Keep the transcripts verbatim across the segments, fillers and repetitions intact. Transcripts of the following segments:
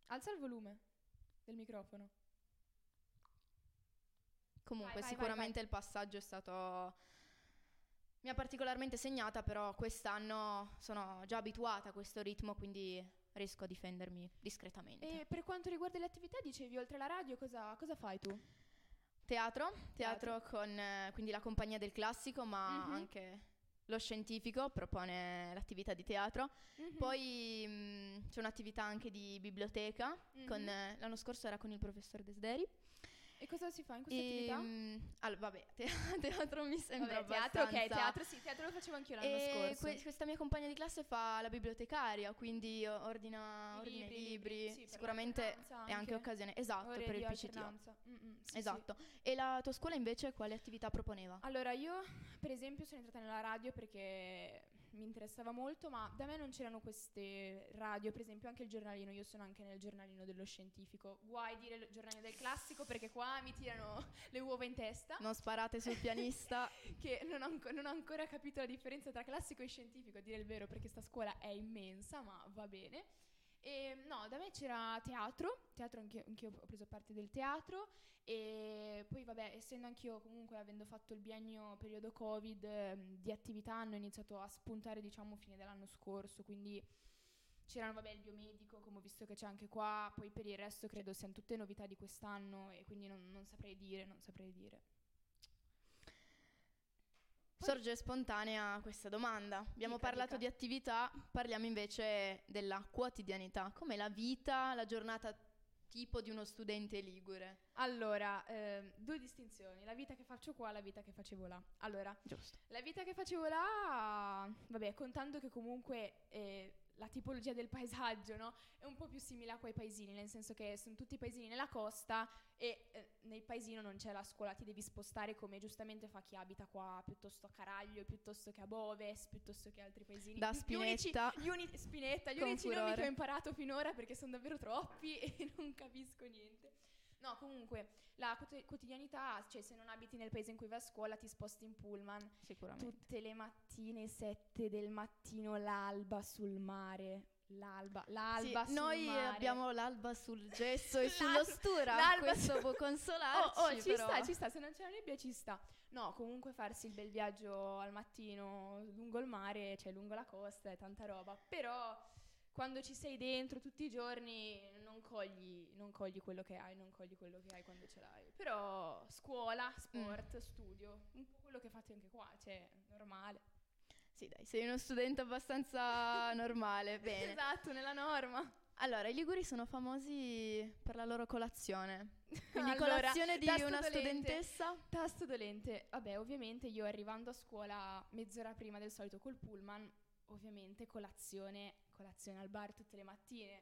Alza il volume del microfono. Comunque, Vai, vai, sicuramente vai, vai. il passaggio è stato... mi ha particolarmente segnata, però quest'anno sono già abituata a questo ritmo, quindi riesco a difendermi discretamente. E per quanto riguarda le attività, dicevi, oltre alla radio, cosa, cosa fai tu? Teatro, Teatro. teatro con eh, quindi la compagnia del classico, ma Mhm, anche lo scientifico propone l'attività di teatro. mhm, Poi mh, c'è un'attività anche di biblioteca, con, mhm. eh, l'anno scorso era con il professor Desderi. E cosa si fa in questa E, attività? mh, allora, vabbè, te- teatro mi sembra Vabbè, teatro, abbastanza... ok, teatro sì, teatro lo facevo anch'io l'anno E scorso. que- questa mia compagna di classe fa la bibliotecaria, quindi ordina, I ordina libri, i i libri, libri. sì, per Sicuramente l'alternanza è anche anche. occasione, esatto, Ore per di il P C T O. alternanza. Mm-mm, sì, Esatto. sì. E la tua scuola invece quale attività proponeva? Allora, io per esempio sono entrata nella radio perché mi interessava molto, ma da me non c'erano queste radio, per esempio anche il giornalino, io sono anche nel giornalino dello scientifico. Guai dire il giornalino del classico perché qua mi tirano le uova in testa. Non sparate sul pianista. Che non ho, anco- non ho ancora capito la differenza tra classico e scientifico, a dire il vero, perché sta scuola è immensa, ma va bene. E no, da me c'era teatro, teatro anch'io, anch'io ho preso parte del teatro e poi vabbè, essendo anch'io comunque avendo fatto il biennio periodo Covid ehm, di attività hanno iniziato a spuntare diciamo fine dell'anno scorso, quindi c'erano vabbè il biomedico come ho visto che c'è anche qua, poi per il resto credo siano tutte novità di quest'anno e quindi non, non saprei dire, non saprei dire. Poi- Sorge spontanea questa domanda. Abbiamo Dica, parlato dica. di attività, parliamo invece della quotidianità. Com'è la vita, la giornata tipo di uno studente ligure? Allora, ehm, due distinzioni, la vita che faccio qua e la vita che facevo là. Allora, Giusto. la vita che facevo là, vabbè, contando che comunque eh, la tipologia del paesaggio, no, è un po' più simile a quei paesini, nel senso che sono tutti paesini nella costa e eh, nel paesino non c'è la scuola, ti devi spostare come giustamente fa chi abita qua, piuttosto a Caraglio, piuttosto che a Boves, piuttosto che altri paesini. Da Gli- gli unici- Spinetta. Gli uni- Spinetta, gli Con unici nomi furore. che ho imparato finora perché sono davvero troppi e non capisco niente. No, comunque, la quoti- quotidianità, cioè se non abiti nel paese in cui vai a scuola ti sposti in pullman Sicuramente. tutte le mattine, sette del mattino, l'alba sul mare. L'alba, l'alba Sì, sul noi mare. abbiamo l'alba sul gesso e sullo L'alba- stura, l'alba questo su- può consolarci, Oh, oh, ci però... sta, ci sta, se non c'è la nebbia ci sta. No, comunque farsi il bel viaggio al mattino lungo il mare, cioè lungo la costa, è tanta roba. Però quando ci sei dentro tutti i giorni non cogli, non cogli quello che hai, non cogli quello che hai quando ce l'hai. Però scuola, sport, studio, un po' quello che fate anche qua, cioè normale. Sì, dai, sei uno studente abbastanza normale, bene. Esatto, nella norma. Allora, i liguri sono famosi per la loro colazione. Quindi Allora, colazione di tasto una dolente. studentessa? Tasto dolente. Vabbè, ovviamente io arrivando a scuola mezz'ora prima del solito col pullman, ovviamente colazione, colazione al bar tutte le mattine.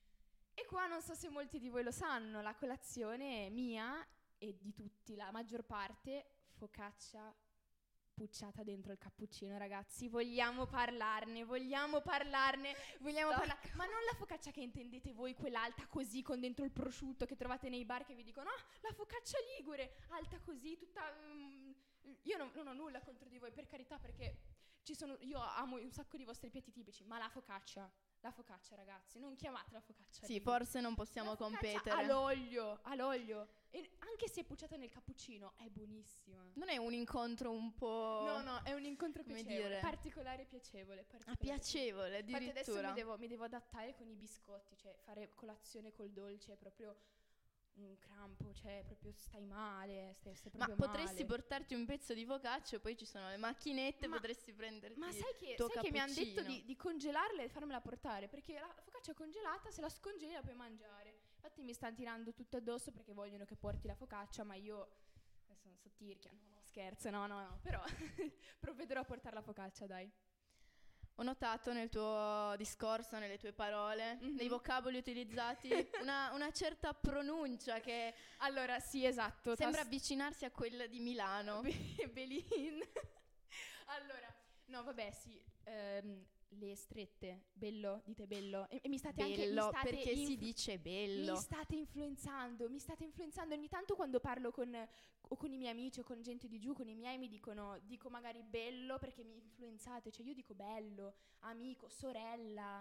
E qua non so se molti di voi lo sanno, la colazione mia e di tutti, la maggior parte, focaccia pucciata dentro il cappuccino, ragazzi. Vogliamo parlarne, vogliamo parlarne, vogliamo Stop. parlare. Ma non la focaccia che intendete voi, quella alta così con dentro il prosciutto che trovate nei bar che vi dicono ah, la focaccia ligure, alta così, tutta... mm, io non, non ho nulla contro di voi, per carità, perché ci sono, io amo un sacco di vostri piatti tipici, ma la focaccia, la focaccia, ragazzi, non chiamate la focaccia Sì, ligure. forse non possiamo La focaccia competere. all'olio, all'olio. E anche se è pucciata nel cappuccino, è buonissima. Non è un incontro un po'... No, no, è un incontro come piacevole, dire? particolare e piacevole. Ah, particolare piacevole, Infatti adesso addirittura. mi devo, mi devo adattare con i biscotti, cioè fare colazione col dolce è proprio un crampo, cioè proprio stai male, stai, stai Ma proprio potresti male. portarti un pezzo di focaccia e poi ci sono le macchinette, Ma- potresti prenderti Ma sai che, il tuo sai che mi hanno detto cappuccino. di, di congelarla e farmela portare? Perché la focaccia congelata, se la scongeli la puoi mangiare. Infatti mi stanno tirando tutto addosso perché vogliono che porti la focaccia, ma io adesso non so tirchia, no, no, scherzo, no, no, no. Però provvederò a portare la focaccia, dai. Ho notato nel tuo discorso, nelle tue parole, Mhm. nei vocaboli utilizzati, una, una certa pronuncia che Allora, sì, esatto. sembra tas- avvicinarsi a quella di Milano. Be- Belin. Allora, no, vabbè, sì. ehm, le strette, bello, dite bello. E, e mi state anche mi Bello, state perché si influ- dice bello. Mi state influenzando, mi state influenzando. Ogni tanto quando parlo con, o con i miei amici o con gente di giù, con i miei mi dicono, dico magari bello perché mi influenzate. Cioè io dico bello, amico, sorella.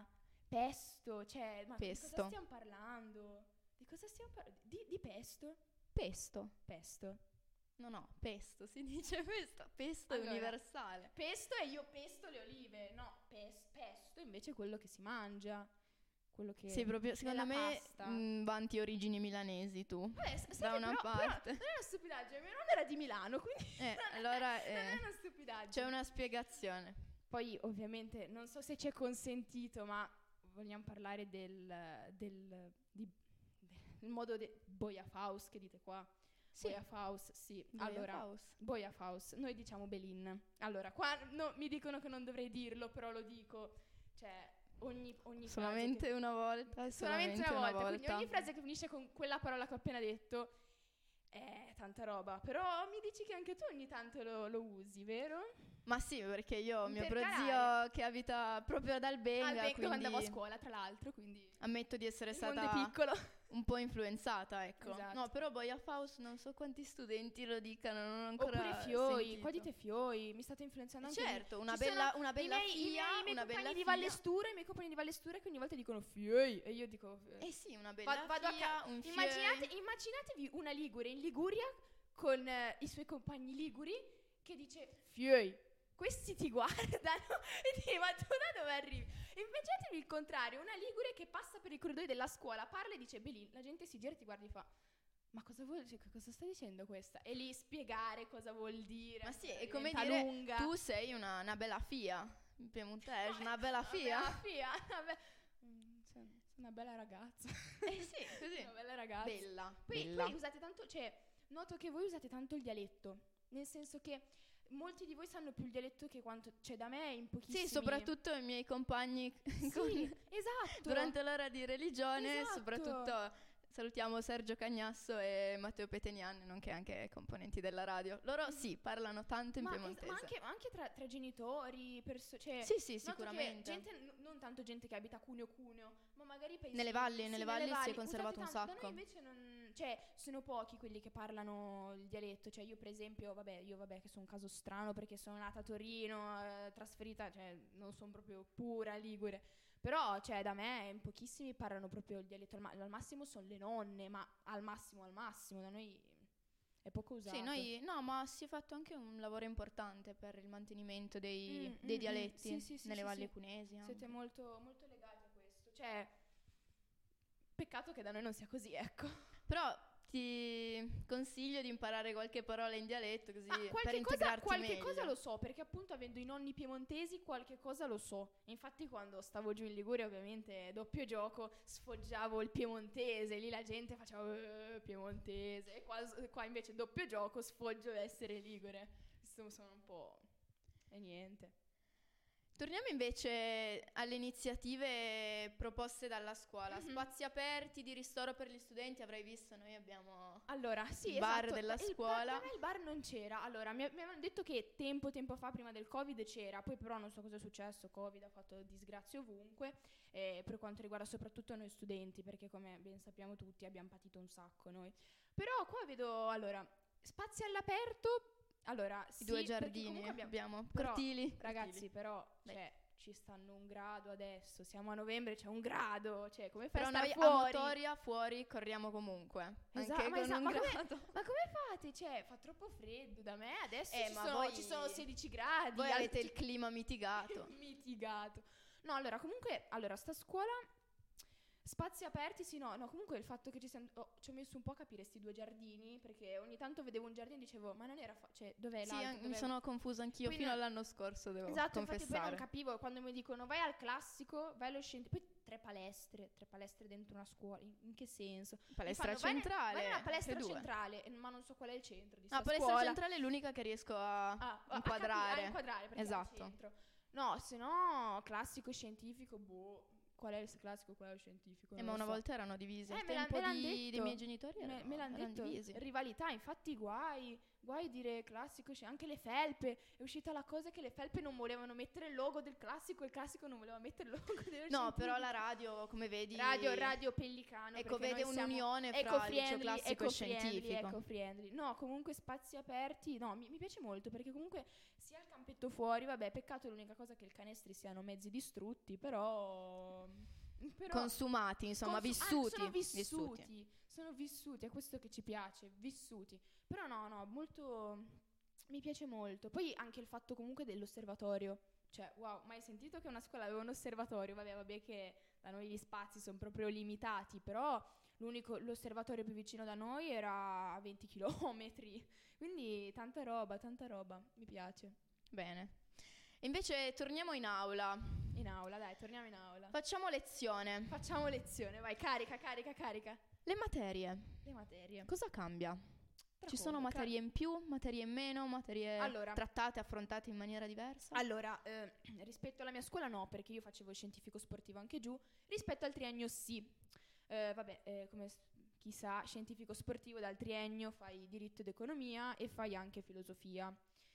pesto, cioè, ma Pesto. di cosa stiamo parlando? Di cosa stiamo parlando? Di, di pesto? Pesto. Pesto. No, no, pesto, si dice pesto. Pesto Allora, è universale. Pesto e io pesto le olive. No, pes- pesto invece è quello che si mangia. Quello che Sì, proprio, secondo nella me, pasta. mh, vanti origini milanesi tu. Vabbè, s- sai da che una però, parte. però non è una stupidaggine, mio nonno era di Milano, quindi Eh, non, allora, è, non eh, è una stupidaggine. C'è una spiegazione. Poi ovviamente non so se ci è consentito, ma vogliamo parlare del, del, di, del modo de, Boia Faust, che dite qua? Sì. Boia Faust, sì. Boia allora, Faust. Boia Faust, noi diciamo Belin. Allora, qua no, mi dicono che non dovrei dirlo, però lo dico. Cioè, ogni, ogni Solamente frase che, una volta. solamente una volta, quindi volta. ogni frase che finisce con quella parola che ho appena detto è tanta roba. Però mi dici che anche tu ogni tanto lo, lo usi, vero? Ma sì, perché io ho mio Intercalare. prozio che abita proprio ad Albenga, Al Becco quindi andavo a scuola, tra l'altro, quindi ammetto di essere il mondo stata è piccolo. un po' influenzata, ecco. Esatto. No, però Boia Faust non so quanti studenti lo dicano, non ho ancora Oppure Fioi, sentito. qua dite Fioi, mi state influenzando anche Certo, lì. una Ci bella, sono una i bella miei, fia, i miei, i miei una compagni bella di fia. Vallestura, i miei compagni di Vallestura che ogni volta dicono Fioi e io dico Eh sì, una bella Va- vado a fia, ca- un fiei. immaginate, immaginatevi una Ligure in Liguria con eh, i suoi compagni liguri che dice Fioi. Questi ti guardano e ti dicono ma tu da dove arrivi? Immaginatevi il contrario, una Ligure che passa per i corridoi della scuola, parla e dice Belin, la gente si gira e ti guarda e fa ma cosa vuol cioè, cosa sta dicendo questa? E lì spiegare cosa vuol dire. Ma sì, eh, è come diventa dire, lunga. tu sei una, una bella fia, in piemontese, una bella Una fia. bella fia, una be- Mm, sei sei una bella ragazza. Eh sì, così. Una bella ragazza. Bella, Poi, bella. poi usate tanto, cioè, noto che voi usate tanto il dialetto, nel senso che molti di voi sanno più il dialetto che quanto, cioè da me in pochissimi. Sì, soprattutto i miei compagni Sì, con- esatto. durante l'ora di religione, Esatto. soprattutto salutiamo Sergio Cagnasso e Matteo Petenian, nonché anche componenti della radio. Loro sì, parlano tanto in ma, piemontese. ma anche, ma anche tra, tra genitori, perso- cioè, Sì, sì, noto che sicuramente. gente, n- non tanto gente che abita a Cuneo Cuneo, ma magari paesi Nelle valli, sì, nelle valli si è valli, conservato usate un tanto. sacco. Da noi invece non, cioè, sono pochi quelli che parlano il dialetto, cioè io per esempio, vabbè, io vabbè che sono un caso strano perché sono nata a Torino, eh, trasferita, cioè non sono proprio pura ligure. Però, cioè, da me in pochissimi parlano proprio il dialetto, al, ma- al massimo sono le nonne, ma al massimo, al massimo, da noi è poco usato. Sì, noi no, ma si è fatto anche un lavoro importante per il mantenimento dei, Mm, dei mm, mm. dialetti Sì, sì, sì, nelle sì, valli sì. cunesi. anche. Siete molto, molto legati a questo. Cioè, peccato che da noi non sia così, ecco. Però ti consiglio di imparare qualche parola in dialetto così Ma per qualche, cosa, integrarti qualche meglio. cosa lo so, perché appunto avendo i nonni piemontesi qualche cosa lo so. Infatti quando stavo giù in Liguria ovviamente doppio gioco sfoggiavo il piemontese, lì la gente faceva "Eh, piemontese e qua, qua invece doppio gioco sfoggio essere ligure. Insomma sono un po'... e niente. Torniamo invece alle iniziative proposte dalla scuola. Mhm. Spazi aperti di ristoro per gli studenti, avrai visto, noi abbiamo Allora, sì, il bar esatto, della il bar- scuola. da me il bar non c'era. Allora, mi, mi avevano detto che tempo tempo fa, prima del Covid, c'era. Poi però non so cosa è successo. Covid ha fatto disgrazie ovunque. eh, per quanto riguarda soprattutto noi studenti, perché come ben sappiamo tutti abbiamo patito un sacco noi. Però qua vedo, allora, spazi all'aperto. Allora, I sì, due perché giardini, comunque abbiamo... abbiamo però, cortili. Ragazzi, cortili. però, Beh. cioè, ci stanno un grado adesso. Siamo a novembre, c'è un grado. Cioè, come fai Però a stare noi fuori? a motoria fuori corriamo comunque. Esatto, anche ma con esatto, un ma come- grado. Ma come fate? Cioè, fa troppo freddo da me. Adesso Eh, ci, ma sono, voi- ci sono sedici gradi. Voi al- avete il clima mitigato. mitigato. No, allora, comunque, allora, sta scuola... Spazi aperti, sì, no, no, comunque il fatto che ci siamo... oh, ci ho messo un po' a capire sti due giardini, perché ogni tanto vedevo un giardino e dicevo, ma non era... Fa- cioè, dov'è Sì, l'altro? an- mi Dov'è- sono confusa anch'io Poi fino no- all'anno scorso, devo Esatto, infatti poi confessare. non capivo quando mi dicono vai al classico, vai allo scientifico, poi tre palestre, tre palestre dentro una scuola, in, in che senso? Mi Palestra fanno, vai ne- centrale. Vai nella palestra tutte e due. centrale, eh, ma non so qual è il centro di Ah, sta palestra scuola. centrale è l'unica che riesco a Ah, a inquadrare. capi- a inquadrare perché Esatto. è al centro. No, se no classico scientifico, boh, qual è il classico, qual è il scientifico? Eh, non ma lo una so. volta erano divisi. Eh, Al me l'han- tempo me l'han di- detto. dei miei genitori Me, erano, me l'hanno erano detto, divisi. rivalità, infatti guai, guai dire classico, sci- anche le felpe, è uscita la cosa che le felpe non volevano mettere il logo del classico e il classico non voleva mettere il logo dello No, scientifico. però la radio, come vedi... Radio, radio pellicano. Ecco, perché vede noi siamo un'unione fra liceo eco-friendly, classico e eco-friendly, scientifico. eco-friendly. No, comunque spazi aperti, no, mi, mi piace molto perché comunque sia il campetto fuori, vabbè, peccato l'unica cosa che i canestri siano mezzi distrutti, però Però consumati, insomma, consu- ah, vissuti. sono vissuti, vissuti. sono vissuti, è questo che ci piace, vissuti. Però no, no, molto, mi piace molto. Poi anche il fatto comunque dell'osservatorio. Cioè, wow, mai sentito che una scuola aveva un osservatorio? Vabbè, vabbè che da noi gli spazi sono proprio limitati, però l'unico, l'osservatorio più vicino da noi era a venti chilometri. Quindi tanta roba, tanta roba, mi piace. Bene. Invece torniamo in aula. In aula, dai, torniamo in aula. Facciamo lezione. Facciamo lezione, vai, carica, carica, carica. Le materie. Le materie. Cosa cambia? Tra Ci sono come? materie in più, materie in meno, materie Allora. trattate, affrontate in maniera diversa? Allora, eh, rispetto alla mia scuola no, perché io facevo scientifico sportivo anche giù. Rispetto al triennio sì. Eh, vabbè, eh, come s- chi sa, scientifico sportivo dal triennio fai diritto ed economia e fai anche filosofia.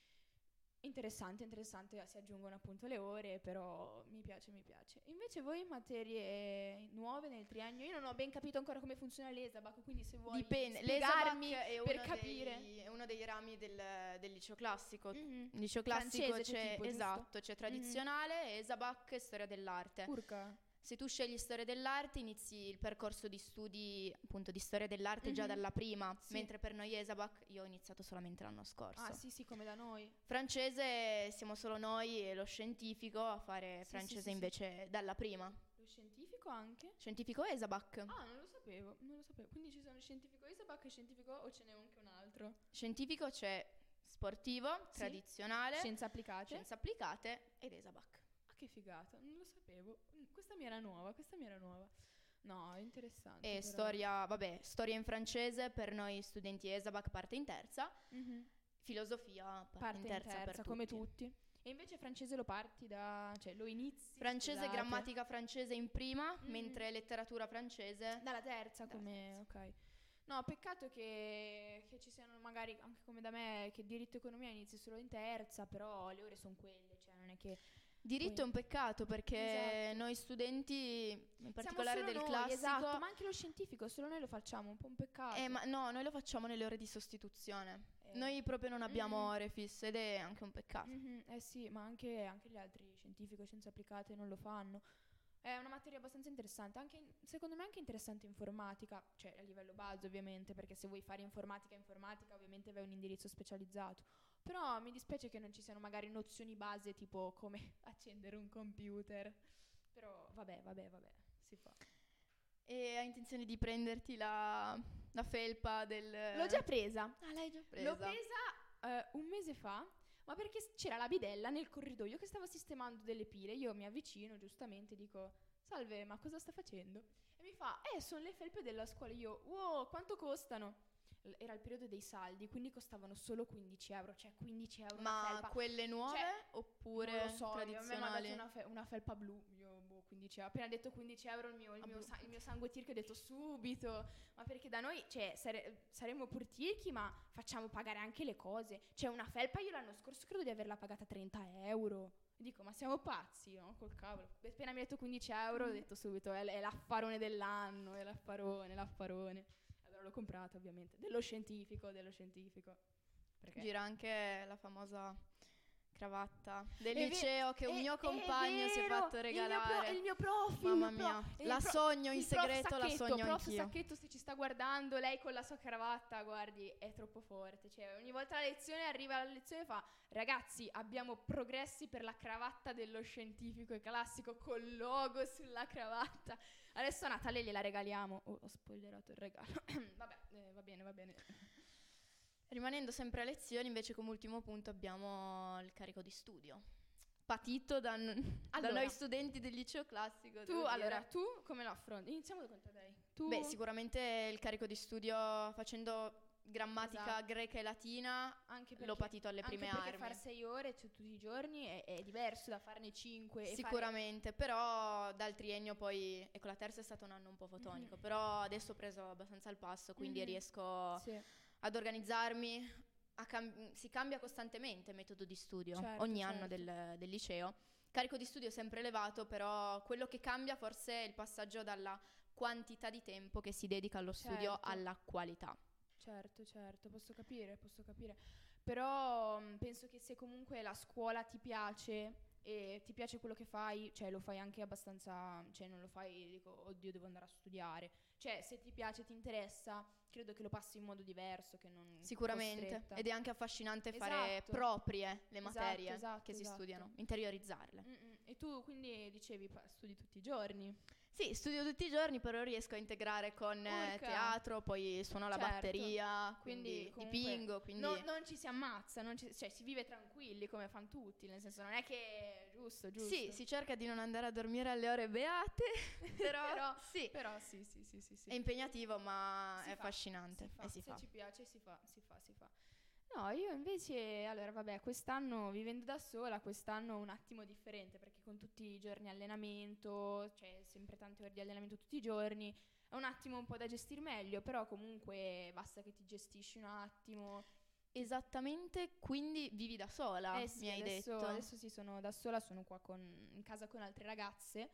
Interessante, interessante, si aggiungono appunto le ore, però mi piace, mi piace. Invece voi materie nuove nel triennio? Io non ho ben capito ancora come funziona l'ESABAC, quindi se vuoi Dipende, spiegarmi l'ESABAC è per uno capire. dei, è uno dei rami del, del liceo classico. Mhm. Il liceo classico Francese c'è c'è, tipo, giusto? esatto, c'è tradizionale, ESABAC e storia dell'arte. Urca. Se tu scegli storia dell'arte inizi il percorso di studi appunto di storia dell'arte già Mhm. dalla prima, Sì. mentre per noi ESABAC io ho iniziato solamente l'anno scorso. Ah sì sì, come da noi. Francese siamo solo noi e lo scientifico a fare Sì, francese sì, sì, sì. invece dalla prima. Lo scientifico anche? Scientifico ESABAC. Ah, non lo sapevo, non lo sapevo. Quindi ci sono scientifico ISABAC e scientifico o ce n'è anche un altro? Scientifico c'è sportivo, Sì. tradizionale, Scienze applicate? scienze applicate ed ESABAC. Ah, che figata, non lo sapevo. Mm, Questa mi era nuova, questa mi era nuova. No, è interessante. E però. storia, vabbè, storia in francese per noi studenti ESABAC parte in terza, Mhm. filosofia parte, Parte in terza, per come tutti. tutti. E invece francese lo parti da... cioè lo inizi... Francese, scusate, grammatica francese in prima, Mhm. mentre letteratura francese Dalla terza, Dalla come... ok. No, peccato che, che ci siano magari, anche come da me, che diritto e economia inizi solo in terza, però le ore sono quelle, cioè non è che... Diritto Poi- è un peccato perché Esatto. noi studenti, in Siamo particolare solo del noi, classico, esatto, ma anche lo scientifico, solo noi lo facciamo, un po' un peccato. eh, ma no, noi lo facciamo nelle ore di sostituzione. Eh. Noi proprio non abbiamo Mhm. ore fisse ed è anche un peccato. Mhm, eh sì, ma anche, anche gli altri scientifico, scienze applicate non lo fanno. È una materia abbastanza interessante, anche, secondo me anche interessante informatica, cioè a livello base ovviamente, perché se vuoi fare informatica informatica ovviamente vai a un indirizzo specializzato. Però mi dispiace che non ci siano magari nozioni base tipo come accendere un computer. Però vabbè, vabbè, vabbè, si fa. E hai intenzione di prenderti la, la felpa del... L'ho già presa. Ah, l'hai già presa? L'ho presa eh, un mese fa, ma perché s- c'era la bidella nel corridoio che stava sistemando delle pile. Io mi avvicino, giustamente, dico: salve, ma cosa sta facendo? E mi fa: eh, sono le felpe della scuola. Io: wow, quanto costano? L- Era il periodo dei saldi, quindi costavano solo quindici euro. Cioè, quindici euro una Ma felpa. quelle nuove Cioè, oppure non lo so, io- a me mi ha tradizionali? dato una, fe- una felpa blu, io boh, quindici euro. Appena detto quindici euro il mio, il Ah, mio blu. sa- il mio sangue tirchio, ho detto subito. Ma perché da noi, cioè, sare- saremmo pur tirchi, ma facciamo pagare anche le cose. Cioè, una felpa io l'anno scorso credo di averla pagata trenta euro. Dico, ma siamo pazzi, no? Col cavolo. Appena mi ha detto quindici euro, ho detto subito, è, l- è l'affarone dell'anno, è l'affarone, l'affarone. Allora l'ho comprata, ovviamente. Dello scientifico, dello scientifico. Perché? Gira anche la famosa cravatta del È ve- liceo che un è- mio è compagno si è vero, fatto il mio pro- regalare. Il mio prof, il Mamma mio pro- mia, il la pro- sogno in il prof segreto, la Sacchetto, sogno prof anch'io. Sacchetto, se ci sta guardando, lei con la sua cravatta, guardi, è troppo forte. Cioè, ogni volta la lezione arriva alla lezione e fa: ragazzi, abbiamo progressi per la cravatta dello scientifico e classico col logo sulla cravatta. Adesso a Natale gliela regaliamo. Oh, ho spoilerato il regalo. Vabbè, eh, va bene, va bene. Rimanendo sempre a lezioni, invece come ultimo punto abbiamo il carico di studio. Patito da, n- da Allora. noi studenti del liceo classico. Tu, devo dire. allora, tu come lo affronti? Iniziamo da quanto lei. Tu Beh, sicuramente il carico di studio facendo grammatica Esatto. greca e latina anche l'ho perché- patito alle prime anche perché armi. fare sei ore cioè, tutti i giorni è, è diverso da farne cinque. e Sicuramente, però dal triennio poi, ecco, la terza è stato un anno un po' fotonico, Mhm. però adesso ho preso abbastanza il passo, quindi Mhm. riesco fare... Sì, ad organizzarmi, a cam- si cambia costantemente il metodo di studio Certo, ogni certo. anno del, del liceo. Carico di studio è sempre elevato, però quello che cambia forse è il passaggio dalla quantità di tempo che si dedica allo studio Certo. alla qualità. certo, certo, posso capire, posso capire. Però mh, penso che se comunque la scuola ti piace, e ti piace quello che fai, cioè lo fai anche abbastanza, cioè non lo fai, dico, oddio, devo andare a studiare. Cioè, se ti piace, ti interessa, credo che lo passi in modo diverso, che non Sicuramente, costretta. ed è anche affascinante fare Esatto. proprie le Esatto, materie esatto, che si esatto. studiano, interiorizzarle. Mm-mm. E tu quindi dicevi, pa- studi tutti i giorni? Sì, studio tutti i giorni, però riesco a integrare con eh, Urca. teatro, poi suono la Certo. batteria, Quindi quindi, comunque dipingo, quindi No- non ci si ammazza, non ci- cioè si vive tranquilli come fanno tutti, nel senso non è che giusto, giusto. sì, si cerca di non andare a dormire alle ore beate, però, Però- sì, Però sì, sì, sì, sì, sì. è impegnativo ma Si è fa, affascinante si fa. e si Se fa. ci piace si fa, si fa, si fa. No, io invece, allora vabbè, quest'anno vivendo da sola, quest'anno un attimo differente perché con tutti i giorni allenamento, cioè sempre tante ore di allenamento tutti i giorni, è un attimo un po' da gestire meglio, però comunque basta che ti gestisci un attimo. Esattamente, quindi vivi da sola, Eh sì, mi hai adesso, detto. adesso sì, sono da sola, sono qua con, in casa con altre ragazze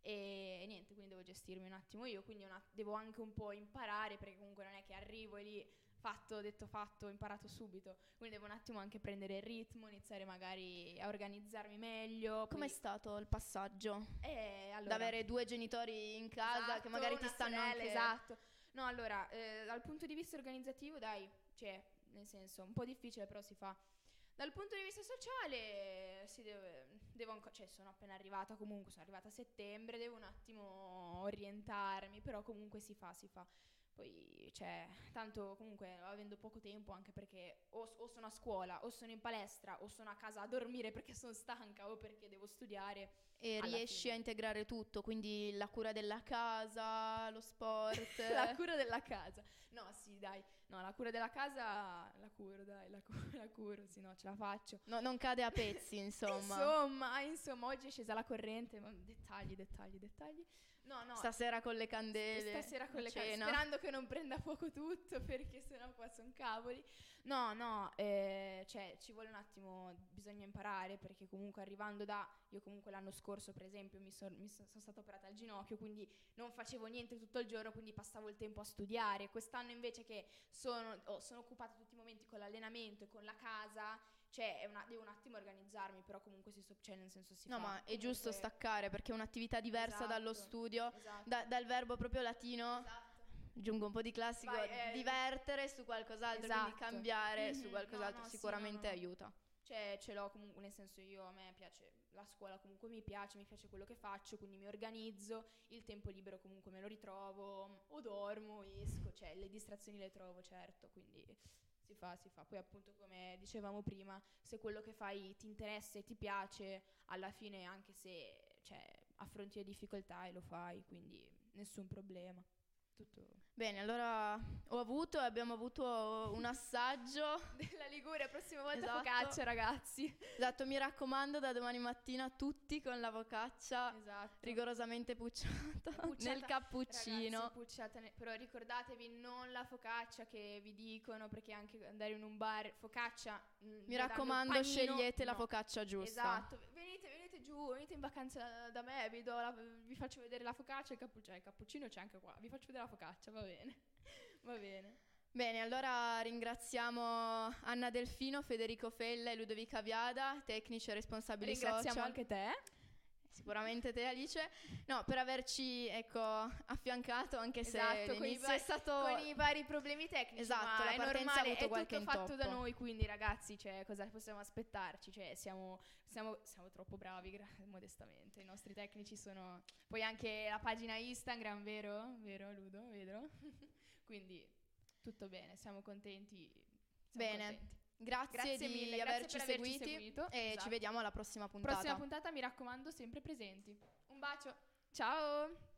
e, e niente, quindi devo gestirmi un attimo io, quindi una- devo anche un po' imparare perché comunque non è che arrivo e lì fatto, detto fatto, ho imparato subito, quindi devo un attimo anche prendere il ritmo, iniziare magari a organizzarmi meglio. Com'è poi- stato il passaggio? Eh, allora, Da avere due genitori in casa che esatto, magari ti una stanno sorella, anche... esatto. No, allora, eh, dal punto di vista organizzativo, dai, cioè, nel senso, un po' difficile, però si fa. Dal punto di vista sociale, si deve, devo anco- cioè, sono appena arrivata, comunque sono arrivata a settembre, devo un attimo orientarmi, però comunque si fa, si fa. Poi, cioè, tanto comunque avendo poco tempo, anche perché o, o sono a scuola, o sono in palestra, o sono a casa a dormire perché sono stanca o perché devo studiare. E alla riesci fine. a integrare tutto, quindi la cura della casa, lo sport. La cura della casa. No, sì, dai. No, la cura della casa la curo, dai, la, cu- la curo, sì, no, ce la faccio. No, non cade a pezzi, insomma. Insomma, insomma, oggi è scesa la corrente, ma dettagli, dettagli, dettagli. No, no. Stasera con le candele. Stasera con la le case, cena. sperando che non prenda fuoco tutto, perché sennò qua sono cavoli. No, no, eh, cioè ci vuole un attimo, bisogna imparare, perché comunque arrivando da, io comunque l'anno scorso per esempio mi, son- mi son- sono stata operata al ginocchio, quindi non facevo niente tutto il giorno, quindi passavo il tempo a studiare. Quest'anno invece che sono, oh, sono occupata tutti i momenti con l'allenamento e con la casa, cioè è una- devo un attimo organizzarmi, però comunque si so, cioè nel senso si No, fa. ma è giusto Comunque- staccare perché è un'attività diversa Esatto, dallo studio. esatto. Da- dal verbo proprio latino, Esatto. aggiungo un po' di classico, Vai, eh, divertere su qualcos'altro, esatto. quindi cambiare Mhm. su qualcos'altro No, no, sì, sicuramente no, no. aiuta. Cioè ce l'ho comunque, nel senso io a me piace la scuola, comunque mi piace, mi piace quello che faccio, quindi mi organizzo, il tempo libero comunque me lo ritrovo, o dormo, esco, cioè le distrazioni le trovo, certo, quindi si fa, si fa. Poi appunto come dicevamo prima, se quello che fai ti interessa e ti piace, alla fine anche se cioè, affronti le difficoltà e lo fai, quindi nessun problema. Tutto Bene, allora ho avuto e abbiamo avuto un assaggio. della Liguria, prossima volta Esatto. focaccia, ragazzi. Esatto, mi raccomando da domani mattina tutti con la focaccia Esatto. rigorosamente pucciata, Pucciata, nel cappuccino. Ragazzi, pucciata ne- però ricordatevi non la focaccia che vi dicono, perché anche andare in un bar, focaccia. mm, vi Mi danno il raccomando, panino, scegliete la no. focaccia giusta. Esatto, venite, venite giù, venite in vacanza da me, vi, do la- vi faccio vedere la focaccia e il cappuccino. Il cappuccino c'è anche qua, vi faccio vedere la focaccia, va bene. Va bene. Bene, allora ringraziamo Anna Delfino, Federico Fella e Ludovica Viada, tecnici e responsabili Ringraziamo social. anche te. Sicuramente te, Alice. No, per averci, ecco, affiancato, anche se Esatto, con i l'inizio vari- è stato... Con i vari problemi tecnici, Esatto, ma la è partenza ha normale, avuto è qualche tutto fatto da intoppo. noi, quindi ragazzi, cioè, cosa possiamo aspettarci? Cioè, siamo, siamo, siamo troppo bravi, gra- modestamente, i nostri tecnici sono... Poi anche la pagina Instagram, vero? Vero, Ludo? Vero? Quindi, tutto bene, siamo contenti. Siamo Bene. contenti. Grazie, Grazie di mille, grazie averci per averci seguiti seguito. e Esatto. ci vediamo alla prossima puntata. Prossima puntata, mi raccomando, sempre presenti. Un bacio. Ciao!